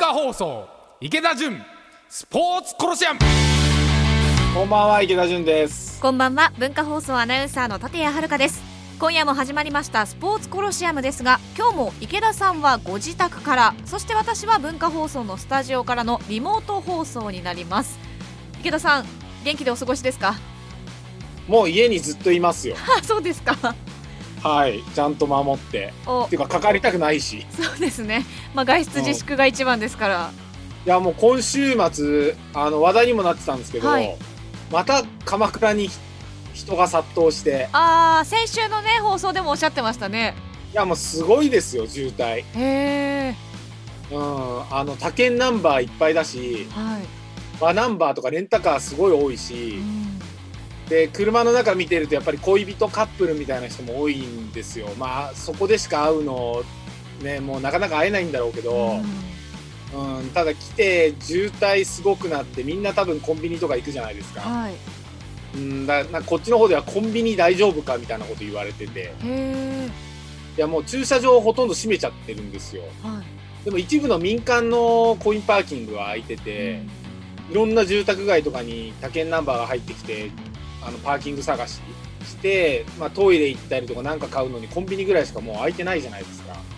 化放送池田純スポーツコロシアム。 こんばんは、池田純です。 こんばんは、文化放送アナウンサーの立谷遥です。今夜も始まりましたスポーツコロシアムですが、今日も池田さんはご自宅から、そして私は文化放送のスタジオからのリモート放送になります。池田さん、元気でお過ごしですか？ もう家にずっといますよ。 そうですか。 はい、ちゃんと守ってっていうか、かかりたくないし。 そうですね、外出自粛が一番ですから。 いや、もう今週末話題にもなってたんですけど、はい、また鎌倉に人が殺到して、 先週のね放送でもおっしゃってましたね。 いや、もうすごいですよ、渋滞。 へー、他県ナンバーいっぱいだし、 はい、 和ナンバーとかレンタカーすごい多いし、で車の中見てるとやっぱり恋人カップルみたいな人も多いんですよ。そこでしか会うのね、もうなかなか会えないんだろうけど、ただ来て渋滞すごくなって、みんな多分コンビニとか行くじゃないですか。 はい、 こっちの方ではコンビニ大丈夫かみたいなこと言われてて、いや、もう駐車場ほとんど閉めちゃってるんですよ。 はい、 でも一部の民間のコインパーキングは空いてて、いろんな住宅街とかに他県ナンバーが入ってきて、パーキング探しして、トイレ行ったりとかなんか買うのにコンビニぐらいしかもう空いてないじゃないですか。 はい、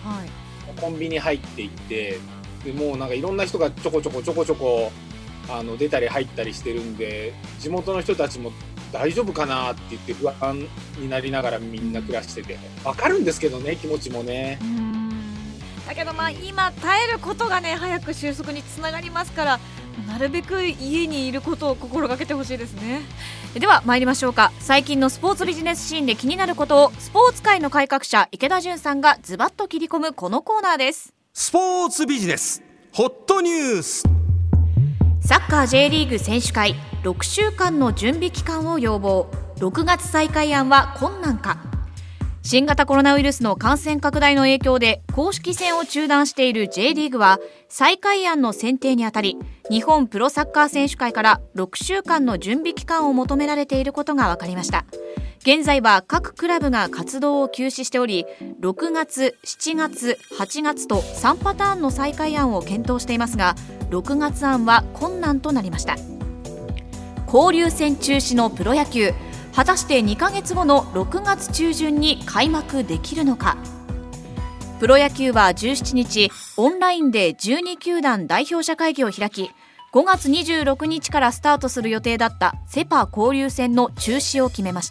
コンビニ入っていって、でもうなんかいろんな人がちょこちょこ出たり入ったりしてるんで、地元の人たちも大丈夫かなって言って不安になりながらみんな暮らしてて、わかるんですけどね、気持ちもね。 だけど今耐えることがね、早く収束につながりますから、なるべく家にいることを心がけてほしいですね。では参りましょうか。最近のスポーツビジネスシーンで気になることをスポーツ界の改革者池田純さんがズバッと切り込むこのコーナーです。 スポーツビジネスホットニュース。 サッカー J リーグ選手会6週間の準備期間を要望。6月再開案は困難か。新型コロナウイルスの感染拡大の影響で公式戦を中断している J リーグは、再開案の選定にあたり日本プロサッカー選手会から6週間の準備期間を求められていることが分かりました。現在は各クラブが活動を休止しており、6月、7月、8月と3パターンの再開案を検討していますが、6月案は困難となりました。交流戦中止のプロ野球、果たして2ヶ月後の6月中旬に開幕できるのか。プロ野球は17日オンラインで12球団代表者会議を開き、5月26日からスタートする予定だったセパ交流戦の中止を決めました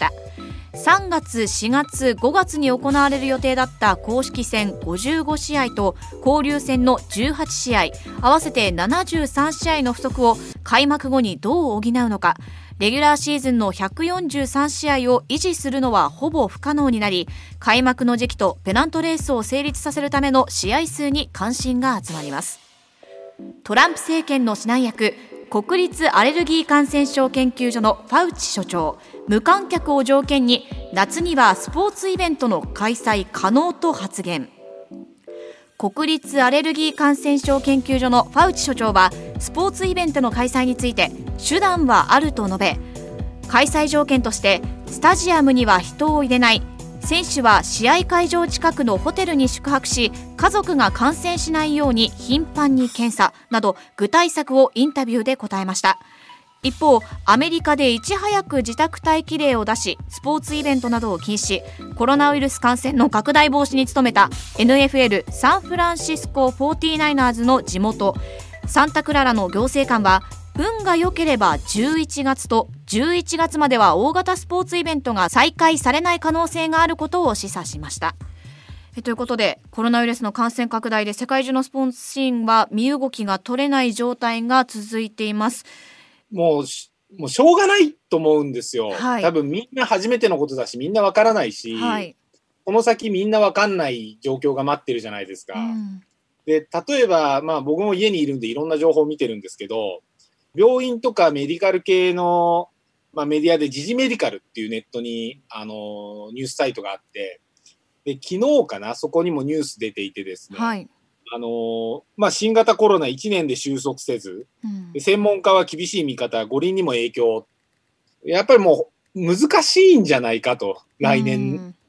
。3月、4月、5月に行われる予定だった公式戦55試合と交流戦の18試合、合わせて73試合の不足を開幕後にどう補うのか。レギュラーシーズンの143試合を維持するのはほぼ不可能になり、開幕の時期とペナントレースを成立させるための試合数に関心が集まります。トランプ政権の指南役、国立アレルギー感染症研究所のファウチ所長、無観客を条件に夏にはスポーツイベントの開催可能と発言。国立アレルギー感染症研究所のファウチ所長は、スポーツイベントの開催について手段はあると述べ、開催条件としてスタジアムには人を入れない、選手は試合会場近くのホテルに宿泊し、家族が感染しないように頻繁に検査など具体策をインタビューで答えました。一方、アメリカでいち早く自宅待機令を出し、スポーツイベントなどを禁止、コロナウイルス感染の拡大防止に努めた NFL サンフランシスコ 49ers の地元サンタクララの行政官は、運が良ければ11月と11月までは大型スポーツイベントが再開されない可能性があることを示唆しました。ということで、コロナウイルスの感染拡大で世界中のスポーツシーンは身動きが取れない状態が続いています。 もうしょうがないと思うんですよ。 はい、 多分みんな初めてのことだし、みんなわからないし、 はい、 この先みんなわかんない状況が待ってるじゃないですか。で、例えば、僕も家にいるんでいろんな情報を見てるんですけど、病院とかメディカル系の、メディアで時事メディカルっていうネットに、ニュースサイトがあって、で、昨日かな、そこにもニュース出ていてですね、 はい、 新型コロナ1年で収束せず、専門家は厳しい見方、五輪にも影響。やっぱりもう難しいんじゃないかと、来年。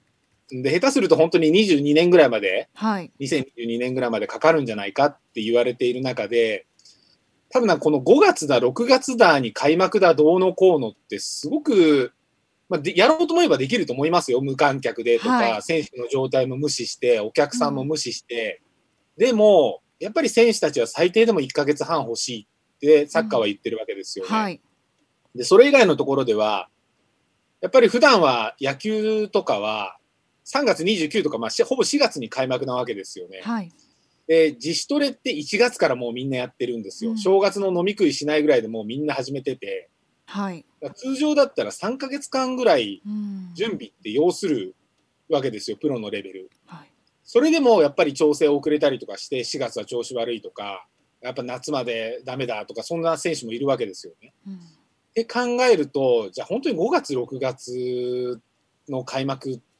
で、下手すると本当に22年ぐらいまで、 はい、 2022年ぐらいまでかかるんじゃないかって言われている中で、多分この5月だ、6月だに開幕だ、どうのこうのってすごく、やろうと思えばできると思いますよ。無観客でとか、はい、選手の状態も無視して、お客さんも無視して。でも、やっぱり選手たちは最低でも1ヶ月半欲しいってサッカーは言ってるわけですよね。はい、で、それ以外のところでは、やっぱり普段は野球とかは3月29とか、ほぼ4月に開幕なわけですよね。はい、で、自主トレって1月からもうみんなやってるんですよ。正月の飲み食いしないぐらいでもうみんな始めてて。はい、通常だったら3ヶ月間ぐらい準備って要するわけですよ、プロのレベル。はい、それでもやっぱり調整遅れたりとかして、4月は調子悪いとか、やっぱ夏までダメだとか、そんな選手もいるわけですよね。って考えると、じゃあ本当に5月、6月の開幕って、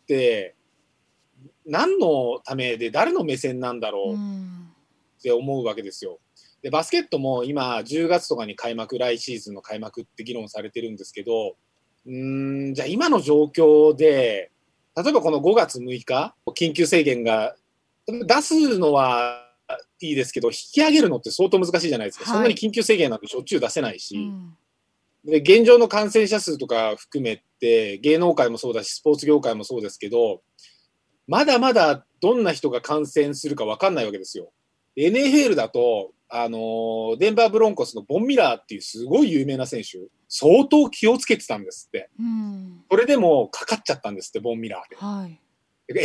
何のためで誰の目線なんだろうって思うわけですよ。で、バスケットも今10月とかに開幕、来シーズンの開幕って議論されてるんですけど、じゃあ今の状況で、例えばこの5月6日、緊急制限が出すのはいいですけど、引き上げるのって相当難しいじゃないですか。はい、そんなに緊急制限なんてしょっちゅう出せないし、で、現状の感染者数とか含めて、芸能界もそうだし、スポーツ業界もそうですけど、まだまだどんな人が感染するか分かんないわけですよ。NFL だと、デンバーブロンコスのボン・ミラーっていうすごい有名な選手、相当気をつけてたんですって。それでもかかっちゃったんですって、ボン・ミラーで。はい、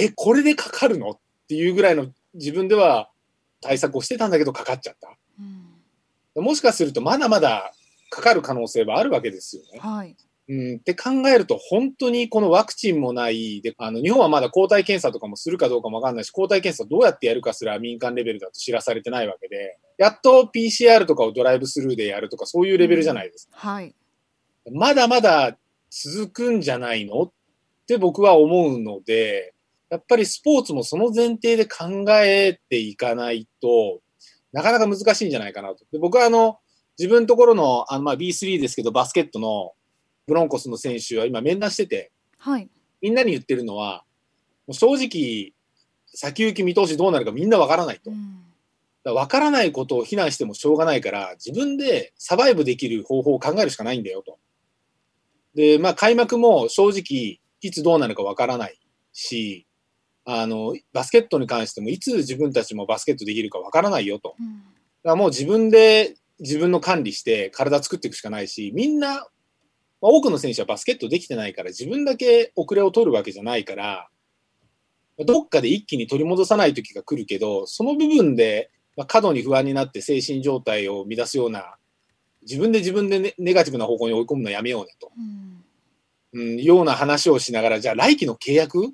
これでかかるのっていうぐらいの自分では対策をしてたんだけどかかっちゃった。もしかするとまだまだかかる可能性はあるわけですよね。はい、って考えると本当にこのワクチンもないで、日本はまだ抗体検査とかもするかどうかもわかんないし、抗体検査どうやってやるかすら民間レベルだと知らされてないわけで、やっと PCR とかをドライブスルーでやるとかそういうレベルじゃないですか。はい、まだまだ続くんじゃないのって僕は思うので、やっぱりスポーツもその前提で考えていかないとなかなか難しいんじゃないかなと。で、僕は自分のところのB3 ですけどバスケットのブロンコスの選手は今面談してて、はい、みんなに言ってるのは、もう正直、先行き見通しどうなるかみんなわからないと。わからないことを非難してもしょうがないから、自分でサバイブできる方法を考えるしかないんだよと。で、開幕も正直、いつどうなるかわからないし、バスケットに関してもいつ自分たちもバスケットできるかわからないよと。だからもう自分で自分の管理して体作っていくしかないし、みんな、多くの選手はバスケットできてないから自分だけ遅れを取るわけじゃないから、どっかで一気に取り戻さない時が来るけど、その部分で過度に不安になって精神状態を乱すような、自分でネガティブな方向に追い込むのやめようねと。ような話をしながら、じゃあ来季の契約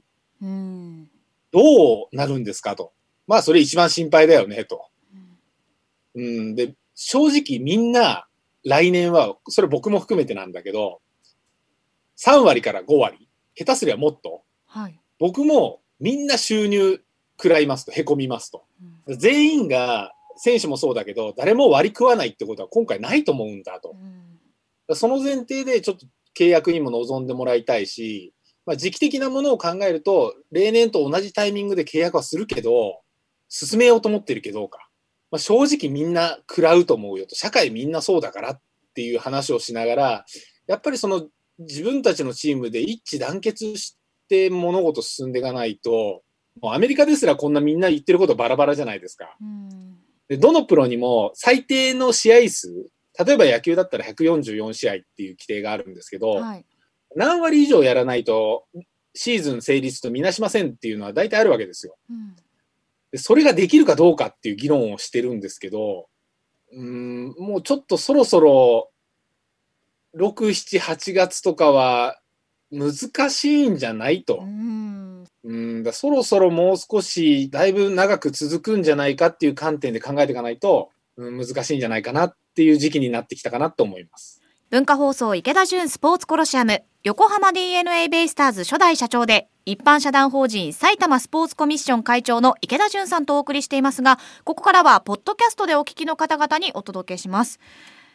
どうなるんですかと。それ一番心配だよねと。で、正直みんな来年は、それ僕も含めてなんだけど、3割から5割、下手すりゃもっと、はい、僕もみんな収入食らいますと、へこみますと。全員が、選手もそうだけど、誰も割り食わないってことは今回ないと思うんだと。その前提でちょっと契約にも臨んでもらいたいし、時期的なものを考えると、例年と同じタイミングで契約はするけど、進めようと思ってるけどか。正直みんな食らうと思うよと。社会みんなそうだからっていう話をしながら、やっぱりその自分たちのチームで一致団結して物事進んでいかないと、もうアメリカですらこんなみんな言ってることバラバラじゃないですか。で、どのプロにも最低の試合数、例えば野球だったら144試合っていう規定があるんですけど、はい、何割以上やらないとシーズン成立とみなしませんっていうのは大体あるわけですよ。でそれができるかどうかっていう議論をしてるんですけど、もうちょっとそろそろ6、7、8月とかは難しいんじゃないと。だそろそろもう少しだいぶ長く続くんじゃないかっていう観点で考えていかないと、難しいんじゃないかなっていう時期になってきたかなと思います。 文化放送池田純スポーツコロシアム、横浜 DNA ベイスターズ初代社長で一般社団法人埼玉スポーツコミッション会長の池田純さんとお送りしていますが、ここからはポッドキャストでお聞きの方々にお届けします。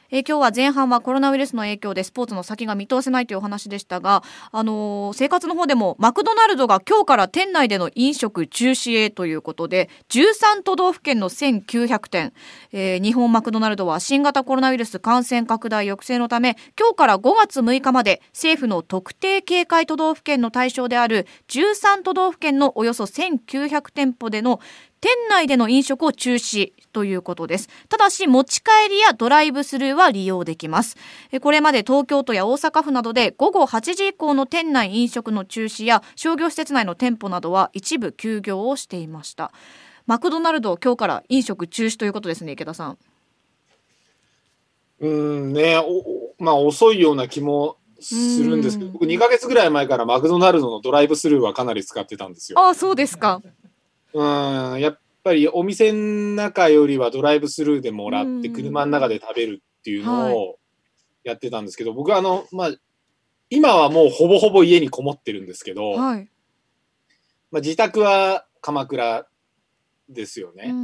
今日は前半はコロナウイルスの影響でスポーツの先が見通せないというお話でしたが、生活の方でもマクドナルドが今日から店内での飲食中止へということで、13都道府県の1900店、日本マクドナルドは新型コロナウイルス感染拡大抑制のため、今日から5月6日まで政府の特定警戒都道府県の対象である13都道府県のおよそ1900店舗での店内での飲食を中止ということです。ただし持ち帰りやドライブスルーは利用できます。これまで東京都や大阪府などで午後8時以降の店内飲食の中止や商業施設内の店舗などは一部休業をしていました。マクドナルド今日から飲食中止ということですね、池田さん。 ね、まあ遅いような気もするんですけど、僕2ヶ月ぐらい前からマクドナルドのドライブスルーはかなり使ってたんですよ。 ああ、そうですか。 やっぱりお店の中よりはドライブスルーでもらって車の中で食べるっていうのをやってたんですけど、僕は今はもうほぼほぼ家にこもってるんですけど、自宅は鎌倉ですよね。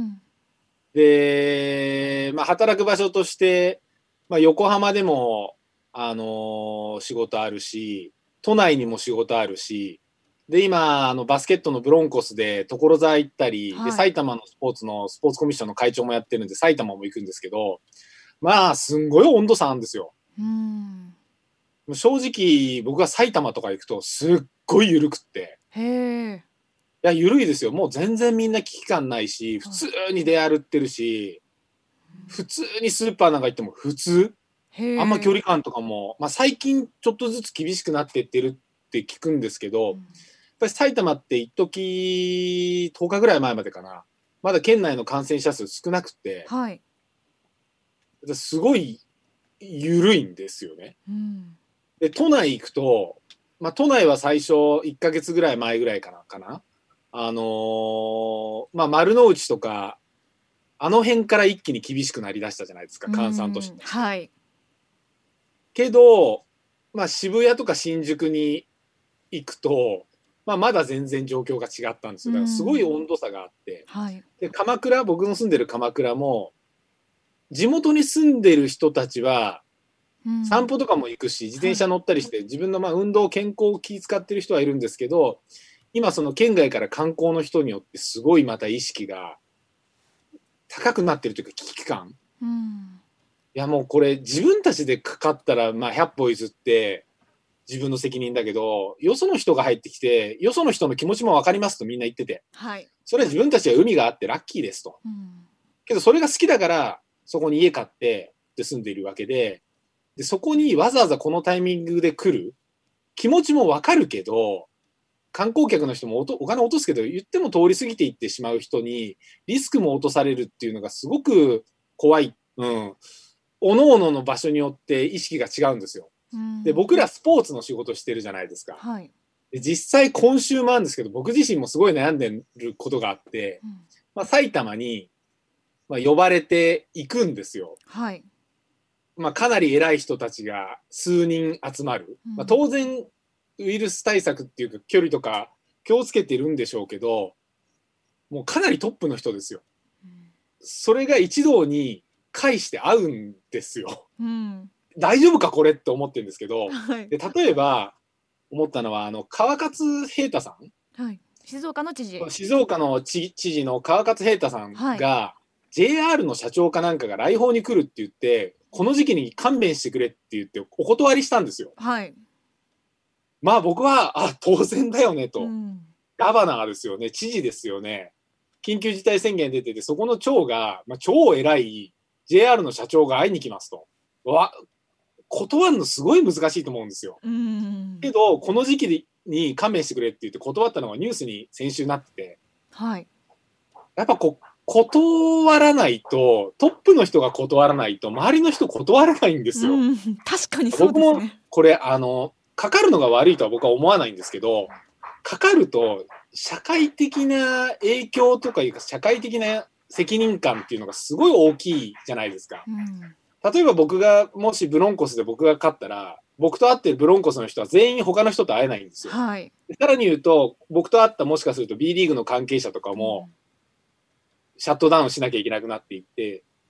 で、働く場所として、横浜でも、仕事あるし、都内にも仕事あるし、で今バスケットのブロンコスで所沢行ったり、で埼玉のスポーツコミッションの会長もやってるんで埼玉も行くんですけど、すんごい温度差なんですよ。正直僕が埼玉とか行くとすっごい緩くって、いや緩いですよ。もう全然みんな危機感ないし、普通に出歩ってるし、普通にスーパーなんか行っても普通、あんま距離感とかも、最近ちょっとずつ厳しくなってってるって聞くんですけど、やっぱり埼玉って一時10日ぐらい前までかな、まだ県内の感染者数少なくて、すごい緩いんですよね。で都内行くと、都内は最初1ヶ月ぐらい前ぐらいかな、丸の内とかあの辺から一気に厳しくなりだしたじゃないですか、閑散として。けど、渋谷とか新宿に行くと、まだ全然状況が違ったんですよ。だからすごい温度差があって、で鎌倉、僕の住んでる鎌倉も地元に住んでる人たちは散歩とかも行くし、自転車乗ったりして自分の運動健康を気遣ってる人はいるんですけど、今その県外から観光の人によってすごいまた意識が高くなってるというか危機感、いやもうこれ自分たちでかかったら100歩譲って自分の責任だけど、よその人が入ってきてよその人の気持ちも分かりますとみんな言ってて、それは自分たちは海があってラッキーですと、けどそれが好きだからそこに家買って住んでいるわけで、そこにわざわざこのタイミングで来る気持ちも分かるけど、観光客の人もお金落とすけど言っても通り過ぎていってしまう人にリスクも落とされるっていうのがすごく怖い。おのおのの場所によって意識が違うんですよ。で僕らスポーツの仕事してるじゃないですか。で実際今週もあるんですけど、僕自身もすごい悩んでることがあって、埼玉に、呼ばれていくんですよ。かなり偉い人たちが数人集まる。当然ウイルス対策っていうか距離とか気をつけてるんでしょうけど、もうかなりトップの人ですよ。それが一堂に会して会うんですよ。大丈夫かこれって思ってるんですけど、で例えば思ったのは川勝平太さん、 静岡の知事、 静岡の知事の川勝平太さんが、JR の社長かなんかが来訪に来るって言って、この時期に勘弁してくれって言ってお断りしたんですよ。僕は当然だよねと、ガバナーですよね、知事ですよね、緊急事態宣言出てて、そこの長が、超偉い JR の社長が会いに来ますと、断るのすごい難しいと思うんですよ。けどこの時期に勘弁してくれって言って断ったのがニュースに先週なってて、やっぱ断らないと、トップの人が断らないと周りの人断らないんですよ。 確かにそうですね。 僕もこれかかるのが悪いとは僕は思わないんですけど、かかると社会的な影響とかいうか社会的な責任感っていうのがすごい大きいじゃないですか。例えば僕がもしブロンコスで僕が勝ったら、僕と会ってるブロンコスの人は全員他の人と会えないんですよ。さらに言うと僕と会ったもしかすると B リーグの関係者とかもシャットダウンしなきゃいけなくなっていって、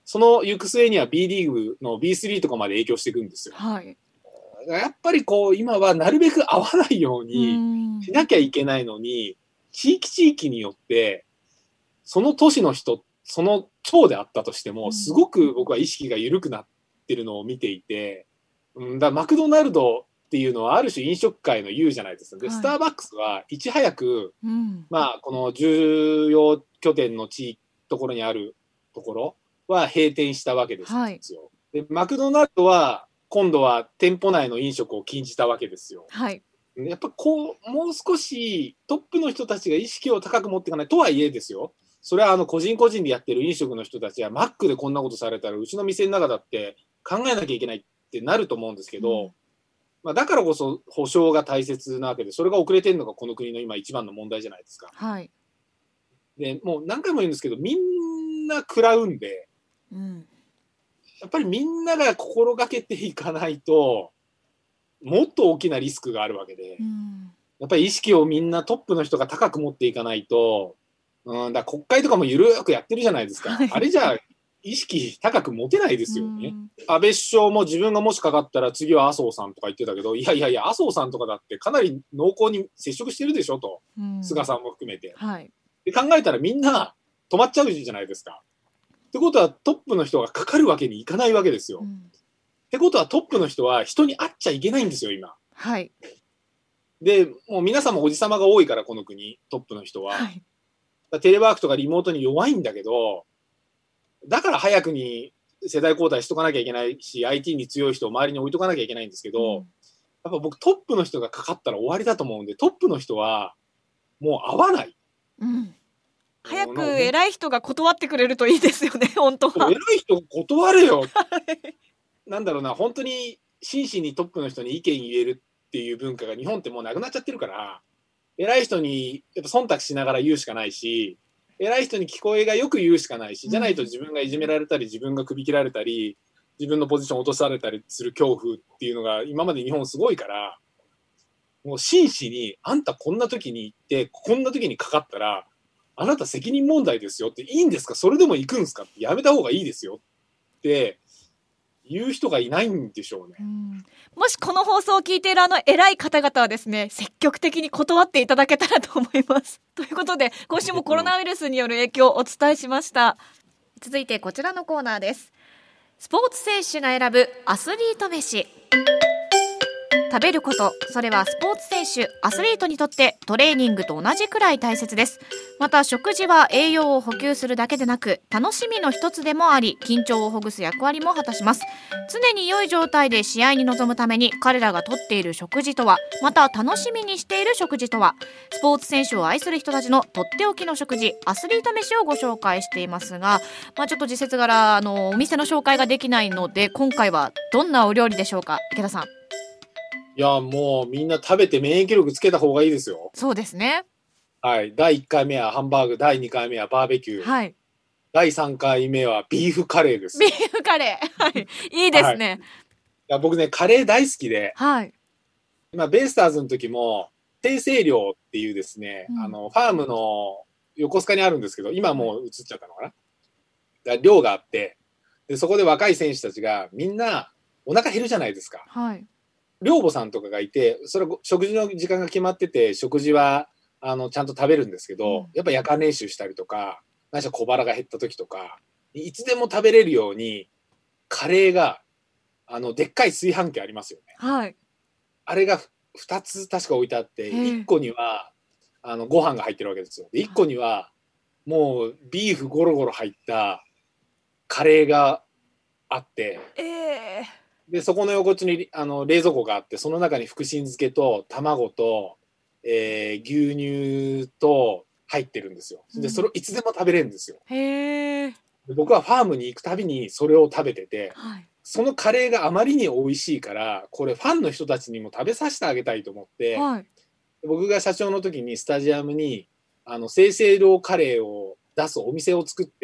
その行く末には B リーグの B3 とかまで影響していくんですよ。 はい。 やっぱりこう、今はなるべく合わないようにしなきゃいけないのに、地域によって、その都市の人、その町であったとしても、すごく僕は意識が緩くなってるのを見ていて、だマクドナルドっていうのはある種飲食界の優じゃないですか。で、スターバックスはいち早く、まあ、この重要拠点のところにあるところは閉店したわけですよ。はい、で、マクドナルドは、今度は店舗内の飲食を禁じたわけですよ。 はい。 やっぱこう、もう少しトップの人たちが意識を高く持っていかないとはいえですよ。それは個人個人でやってる飲食の人たちはマックでこんなことされたらうちの店の中だって考えなきゃいけないってなると思うんですけど、まあ、だからこそ保証が大切なわけで、それが遅れてるのがこの国の今一番の問題じゃないですか。 はい。 で、もう何回も言うんですけど、みんな食らうんで、やっぱりみんなが心がけていかないと、もっと大きなリスクがあるわけで、やっぱり意識をみんなトップの人が高く持っていかないと、だ国会とかもゆるくやってるじゃないですか。はい、あれじゃ意識高く持てないですよね。安倍首相も自分がもしかかったら次は麻生さんとか言ってたけど、いやいやいや、麻生さんとかだってかなり濃厚に接触してるでしょと、菅さんも含めて、 はい。 で。考えたらみんな止まっちゃうじゃないですか。ってことはトップの人がかかるわけにいかないわけですよ。ってことはトップの人は人に会っちゃいけないんですよ、今。 はい。 で、もう皆さんもおじさまが多いから、この国、トップの人は。はい、テレワークとかリモートに弱いんだけど、だから早くに世代交代しとかなきゃいけないし、IT に強い人を周りに置いとかなきゃいけないんですけど、やっぱ僕トップの人がかかったら終わりだと思うんで、トップの人はもう会わない。 早く偉い人が断ってくれるといいですよね、本当は。 偉い人断れよ。なんだろうな、本当に真摯にトップの人に意見言えるっていう文化が日本ってもうなくなっちゃってるから、偉い人にやっぱ忖度しながら言うしかないし、偉い人に聞こえがよく言うしかないし、じゃないと自分がいじめられたり、自分が首切られたり、自分のポジション落とされたりする恐怖っていうのが今まで日本すごいから、もう真摯に、あんたこんな時に行って、こんな時にかかったら、あなた責任問題ですよって、いいんですか、それでも行くんですかって、やめた方がいいですよって言う人がいないんでしょうね。 もしこの放送を聞いている偉い方々はですね、積極的に断っていただけたらと思います。ということで、今週もコロナウイルスによる影響をお伝えしました。続いてこちらのコーナーです。スポーツ選手が選ぶアスリート飯。食べること、それはスポーツ選手、アスリートにとってトレーニングと同じくらい大切です。また食事は栄養を補給するだけでなく、楽しみの一つでもあり、緊張をほぐす役割も果たします。常に良い状態で試合に臨むために彼らがとっている食事とは、また楽しみにしている食事とは、スポーツ選手を愛する人たちのとっておきの食事、アスリート飯をご紹介していますが、ちょっと時節柄お店の紹介ができないので、今回はどんなお料理でしょうか、池田さん。 いや、もうみんな食べて免疫力つけた方がいいですよ。 そうですね。 はい。第1回目はハンバーグ、第2回目はバーベキュー。 はい。 第3回目はビーフカレーです。 ビーフカレー。はい。いいですね。 はい、いや僕ね、カレー大好きで。 はい。 今、ベイスターズの時も、低生寮っていうですね、ファームの横須賀にあるんですけど、今もう移っちゃったのかな。寮があって、で、そこで若い選手たちがみんなお腹減るじゃないですか。 はい。 寮母さんとかがいて、それは食事の時間が決まってて、食事はちゃんと食べるんですけど、やっぱ夜間練習したりとか、何しろ小腹が減った時とか、いつでも食べれるように、カレーが、でっかい炊飯器ありますよね。 はい。 あれが2つ確か置いてあって、1個には、ご飯が入ってるわけですよ。1個には、もうビーフゴロゴロ入ったカレーがあって、でそこの横地に冷蔵庫があって、その中に福神漬けと卵と、牛乳と入ってるんですよ。でそれをいつでも食べれるんですよ。で僕はファームに行くたびにそれを食べてて、はい、そのカレーがあまりに美味しいから、これファンの人たちにも食べさせてあげたいと思って、はい、僕が社長の時にスタジアムに精製量カレーを出すお店を作って、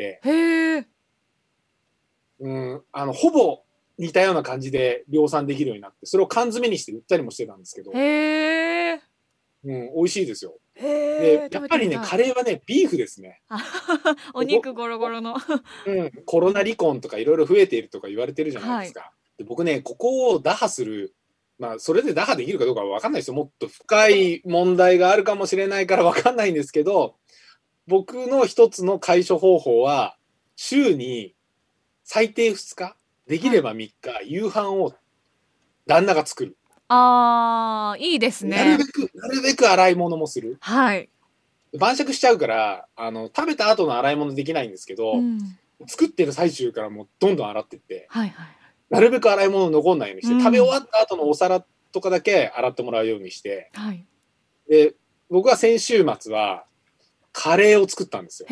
ほぼ似たような感じで量産できるようになって、それを缶詰にして売ったりもしてたんですけど、 美味しいですよ。 へでやっぱりねカレーはねビーフですね。 お肉ゴロゴロのコロナ離婚とかいろいろ増えているとか言われてるじゃないですか。で僕ねここを打破する、それで打破できるかどうかは分かんないですよ。もっと深い問題があるかもしれないから分かんないんですけど、僕の一つの解消方法は週に最低2日できれば3日、夕飯を旦那が作る。 いいですね。 なるべく洗い物もする。晩酌しちゃうから食べた後の洗い物できないんですけど、作ってる最中からもうどんどん洗ってって、なるべく洗い物残んないようにして、食べ終わった後のお皿とかだけ洗ってもらうようにして、で僕は先週末はカレーを作ったんですよ。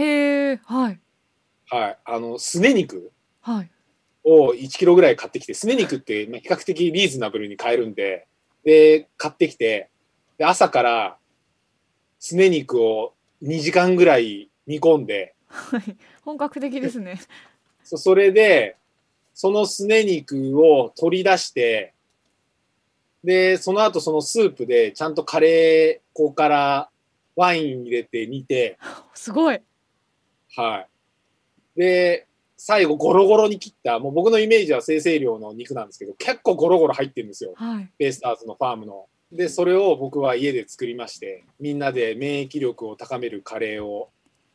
すね肉を1キロぐらい買ってきて、すね肉って比較的リーズナブルに買えるんで、買ってきて、で朝からすね肉を2時間ぐらい煮込んで、 本格的ですね。 それでそのすね肉を取り出して、でその後そのスープでちゃんとカレー粉からワイン入れて煮て、 すごい。 で最後ゴロゴロに切った、もう僕のイメージは精製量の肉なんですけど、結構ゴロゴロ入ってるんですよ、ベイスターズのファームの。でそれを僕は家で作りまして、みんなで免疫力を高めるカレーを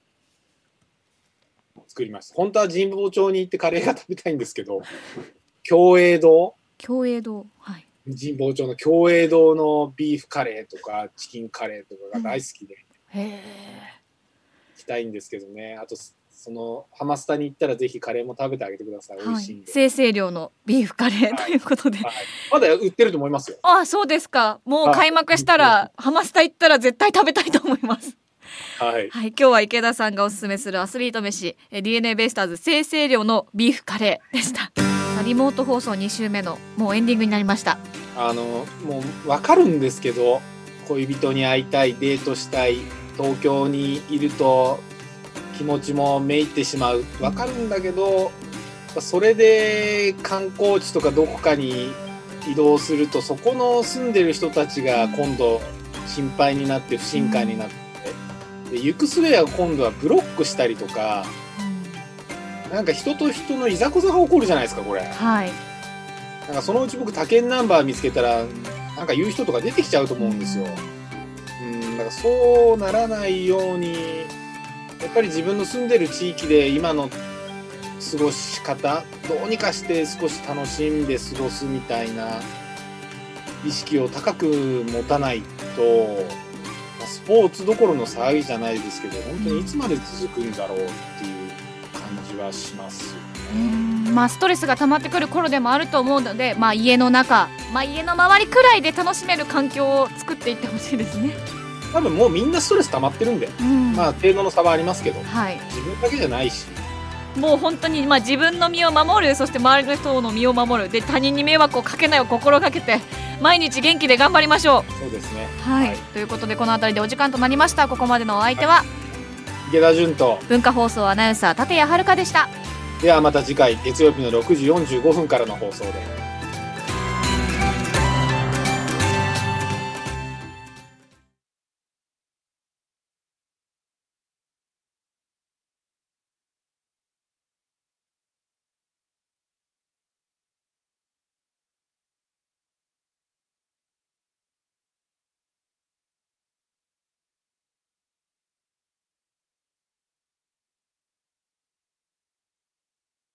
作りました。本当は神保町に行ってカレーが食べたいんですけど、共栄堂、神保町の共栄堂のビーフカレーとかチキンカレーとかが大好きで、行きたいんですけどね。あとそのハマスタに行ったらぜひカレーも食べてあげてください。美味しいんで。 精製量のビーフカレーということで、 まだ売ってると思いますよ。 そうですか。もう開幕したらハマスタ行ったら絶対食べたいと思います。今日は池田さんがおすすめするアスリート飯、DNA ベイスターズ精製量のビーフカレーでした。リモート放送2週目のもうエンディングになりました。 もう分かるんですけど、恋人に会いたい、デートしたい、東京にいると気持ちもめいってしまう、分かるんだけど、それで観光地とかどこかに移動すると、そこの住んでる人たちが今度心配になって不信感になって、で行く末は今度はブロックしたりとか、なんか人と人のいざこざが起こるじゃないですかこれ。なんかそのうち僕他県ナンバー見つけたらなんか言う人とか出てきちゃうと思うんですよ。だからそうならないように、やっぱり自分の住んでる地域で今の過ごし方どうにかして少し楽しんで過ごすみたいな意識を高く持たないと、スポーツどころの騒ぎじゃないですけど、本当にいつまで続くんだろうっていう感じはしますよね。 ストレスが溜まってくる頃でもあると思うので、家の中、家の周りくらいで楽しめる環境を作っていってほしいですね。 多分もうみんなストレス溜まってるんで、程度の差はありますけど、自分だけじゃないし、 もう本当に自分の身を守る、そして周りの人の身を守る、で他人に迷惑をかけないを心がけて毎日元気で頑張りましょう。 そうですね。 ということでこの辺りでお時間となりました。ここまでのお相手は池田純と文化放送アナウンサー立谷遥でした。 ではまた次回月曜日の6時45分からの放送で。